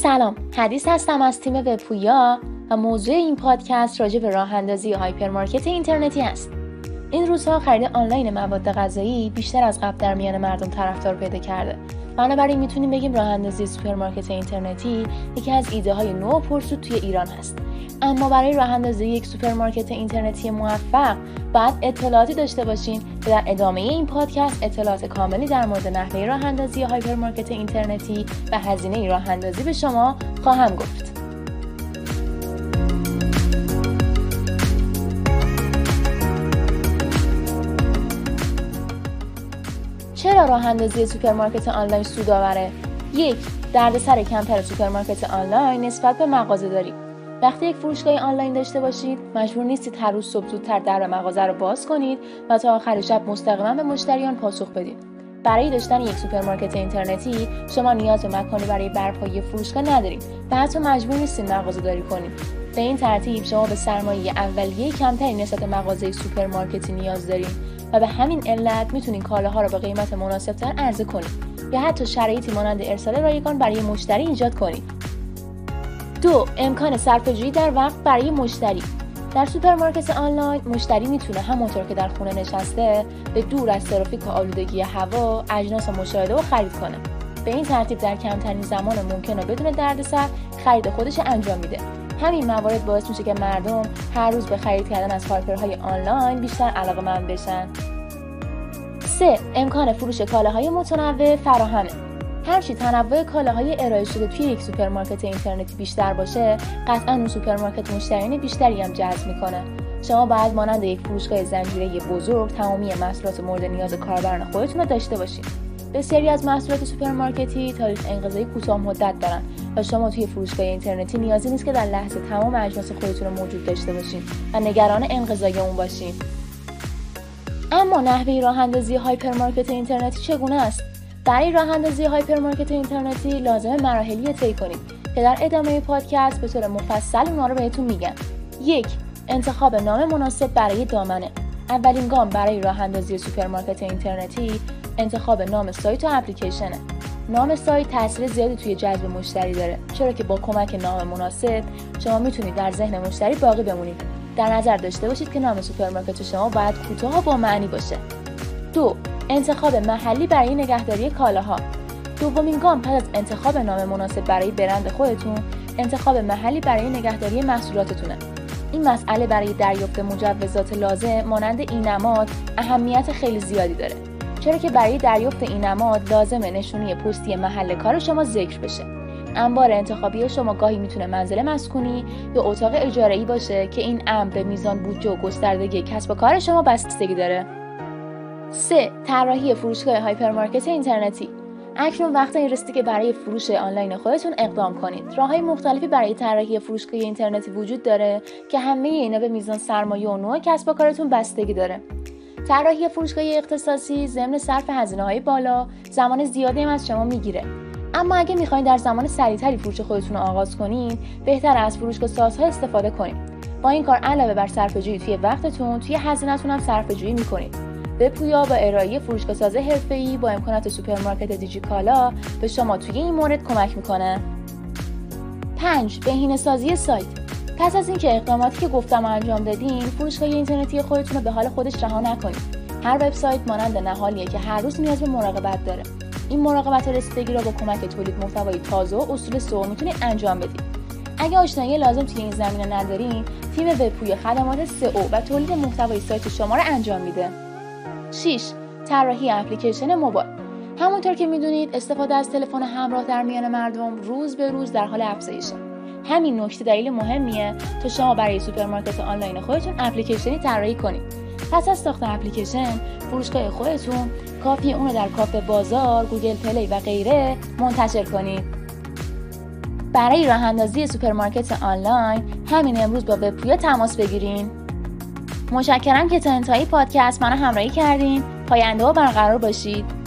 سلام، حدیث هستم از تیم وب‌پویا و موضوع این پادکست راجع به راه اندازی هایپرمارکت اینترنتی است. این روزها خرید آنلاین مواد غذایی بیشتر از قبل در میان مردم طرفدار پیدا کرده. بنابراین میتونیم بگیم راه اندازی سوپرمارکت اینترنتی یکی از ایده های نو و پرسود توی ایران هست. اما برای راه اندازی یک سوپرمارکت اینترنتی موفق باید اطلاعاتی داشته باشین که در ادامه این پادکست اطلاعات کاملی در مورد نحوه راه اندازی هایپرمارکت اینترنتی و هزینه راه اندازی به شما خواهم گفت. چرا راه اندازی سوپرمارکت آنلاین سودآوره؟ 1. دردسر کمتر سوپرمارکت آنلاین نسبت به مغازه‌داری. وقتی یک فروشگاه آنلاین داشته باشید، مجبور نیستید هر روز صبح زودتر در مغازه رو باز کنید و تا آخر شب مستقیما به مشتریان پاسخ بدید. برای داشتن یک سوپرمارکت اینترنتی، شما نیاز به مکانی برای برپایی فروشگاه ندارید و حتی مجبور نیستید مغازه‌داری کنید. به این ترتیب شما به سرمایه اولیه کمتری نسبت به مغازه سوپرمارکتی نیاز دارید و به همین علت میتونید کالاها رو به قیمت مناسب‌تر عرضه کنید یا حتی شرایطی مانند ارسال رایگان برای مشتری ایجاد کنید. 2. امکان صرفه‌جویی در وقت برای مشتری. در سوپرمارکت آنلاین مشتری میتونه همونطور که در خونه نشسته به دور از ترافیک و آلودگی هوا اجناس مشاهده و خرید کنه. به این ترتیب در کمترین زمان ممکن و بدون دردسر خرید خودش انجام میده. همین موارد باعث میشه که مردم هر روز به خرید کردن از هایپرهای آنلاین بیشتر علاقه‌مند بشن. 3. امکان فروش کالاهای متنوع فراهمه. هرچی تنوع کالاهای ارائه شده توی یک سوپرمارکت اینترنتی بیشتر باشه، قطعاً اون سوپرمارکت مشتریان بیشتری هم جذب میکنه. شما باید مانند یک فروشگاه زنجیره‌ای بزرگ تمامی محصولات مورد نیاز کاربران خودتون رو داشته باشید. بسیاری از محصولات سوپرمارکتی تاریخ انقضایی کوتاه مدت دارن و شما توی فروشگاه اینترنتی نیازی نیست که در لحظه تمام اجناس خودتون رو موجود داشته باشین و نگران انقضای اون باشین. اما نحوه راه اندازی هایپرمارکت اینترنتی چگونه است؟ برای راه اندازی هایپرمارکت اینترنتی لازم مراحلی طی کنید که در ادامه پادکست به طور مفصل اونا رو بهتون میگم. 1. انتخاب نام مناسب برای دامنه. اولین گام برای راه اندازی سوپرمارکت اینترنتی انتخاب نام سایت و اپلیکیشنه. نام سایت تاثیر زیادی توی جذب مشتری داره، چرا که با کمک نام مناسب شما میتونید در ذهن مشتری باقی بمونید. در نظر داشته باشید که نام سوپرمارکت شما باید کوتاه و با معنی باشه. 2. انتخاب محلی برای نگهداری کالاها. دومین گام پس از انتخاب نام مناسب برای برند خودتون، انتخاب محلی برای نگهداری محصولاتتونه. این مسئله برای دریافت مجوزات لازم مانند اینماد اهمیت خیلی زیادی داره، چرا که برای دریافت اینماد لازمه نشونی پستی محل کار شما ذکر بشه. انبار انتخابی شما گاهی میتونه منزل مسکونی یا اتاق اجاره‌ای باشه که این امر به میزان بودجه و گستردگی کسب و کار شما بستگی داره. 3. طراحی فروشگاه هایپرمارکت اینترنتی. اکنون وقت این رسیده که برای فروش آنلاین خودتون اقدام کنید. راه‌های مختلفی برای طراحی فروشگاه اینترنتی وجود داره که همه اینا به میزان سرمایه و نوع کسب و کارتون بستگی داره. طراحی فروشگاه اختصاصی ضمن صرف هزینه‌های بالا زمان زیادی هم از شما میگیره. اما اگه می‌خواید در زمان سریعتری فروش خودتون رو آغاز کنید، بهتره از فروشگاه سازها استفاده کنید. با این کار علاوه بر صرفه‌جویی توی وقتتون، توی هزینه‌تون هم صرفه‌جویی می‌کنید. وب‌پویا با ارائه فروشگاه ساز حرفه‌ای با امکانات سوپرمارکت دیجیکالا به شما توی این مورد کمک می‌کنه. 5. بهینه‌سازی سایت. پس از اینکه اقداماتی که گفتم انجام دادین، فروشگاه اینترنتی خودتون رو به حال خودش رها نکنید. هر وبسایت مانند نهالیه که هر روز نیاز به مراقبت داره. این مراقبت و رسیدگی را با کمک تولید محتوای تازه و اصول سئو میتونید انجام بدید. اگه آشنایی لازم توی این زمینه ندارین، تیم وب‌پویا خدمات سئو و تولید محتوای سایت شما رو انجام میده. 6. طراحی اپلیکیشن موبایل. همونطور که میدونید استفاده از تلفن همراه در میان مردم روز به روز در حال افزایشه. همین نکته دلیل مهمیه تا شما برای سوپرمارکت آنلاین خودتون اپلیکیشنی طراحی کنید. پس از ساخت اپلیکیشن، فروشگاه خودتون کافیه اون رو در کافه بازار، گوگل پلی و غیره منتشر کنید. برای راه اندازی سوپرمارکت آنلاین همین امروز با وب‌پویا تماس بگیرین. متشکرم که تا انتهای پادکست منو همراهی کردین. پاینده و برقرار باشید.